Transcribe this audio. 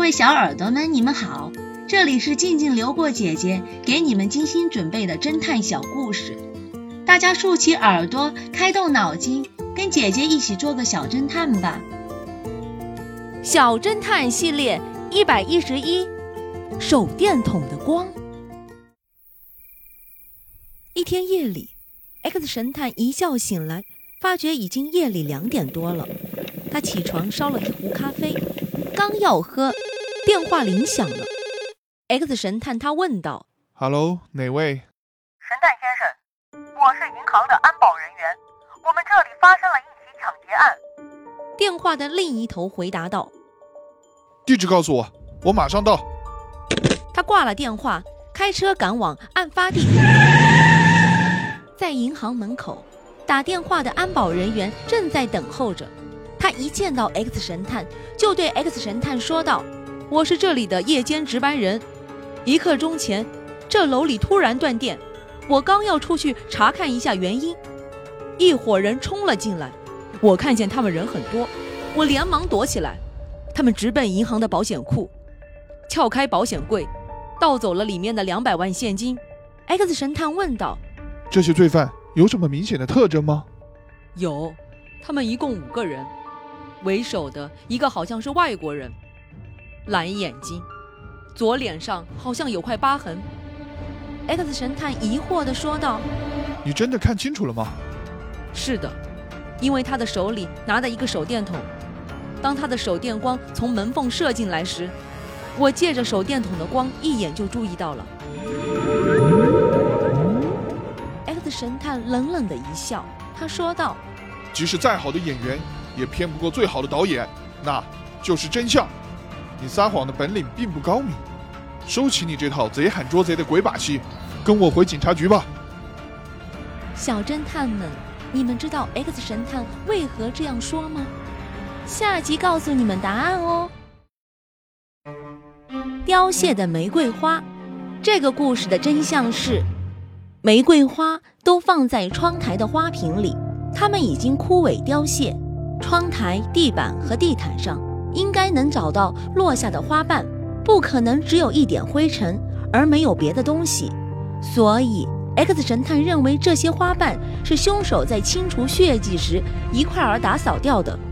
位小耳朵们，你们好，这里是静静流过姐姐给你们精心准备的侦探小故事，大家竖起耳朵，开动脑筋，跟姐姐一起做个小侦探吧。 小侦探系列111，手电筒的光。一天夜里， X 神探一觉醒来，发觉已经夜里2点多了。他起床烧了一壶咖啡，刚要喝，电话铃响了。 X 神探他问道： Hello， 哪位？ 神探先生，我是银行的安保人员，我们这里发生了一起抢劫案。 电话的另一头回答道： 地址告诉我，我马上到。 他挂了电话，开车赶往案发地。在银行门口，打电话的安保人员正在等候着。他一见到 X 神探，就对 X 神探说道：我是这里的夜间值班人，1刻钟前这楼里突然断电，我刚要出去查看一下原因，一伙人冲了进来，我看见他们人很多，我连忙躲起来，他们直奔银行的保险库，撬开保险柜，盗走了里面的200万现金。 X 神探问道： 这些罪犯有什么明显的特征吗？ 有，他们一共5个人，为首的一个好像是外国人，蓝眼睛，左脸上好像有块疤痕。 X 神探疑惑地说道： 你真的看清楚了吗？ 是的，因为他的手里拿着一个手电筒，当他的手电光从门缝射进来时，我借着手电筒的光一眼就注意到了。 X 神探冷冷地一笑，他说道： 即使再好的演员也骗不过最好的导演，那就是真相。你撒谎的本领并不高明，收起你这套贼喊捉贼的鬼把戏，跟我回警察局吧。 小侦探们，你们知道 X 神探为何这样说吗？下集告诉你们答案哦。凋谢的玫瑰花，这个故事的真相是，玫瑰花都放在窗台的花瓶里，它们已经枯萎凋谢，窗台、地板和地毯上应该能找到落下的花瓣，不可能只有一点灰尘而没有别的东西，所以 X 神探认为这些花瓣是凶手在清除血迹时一块儿打扫掉的。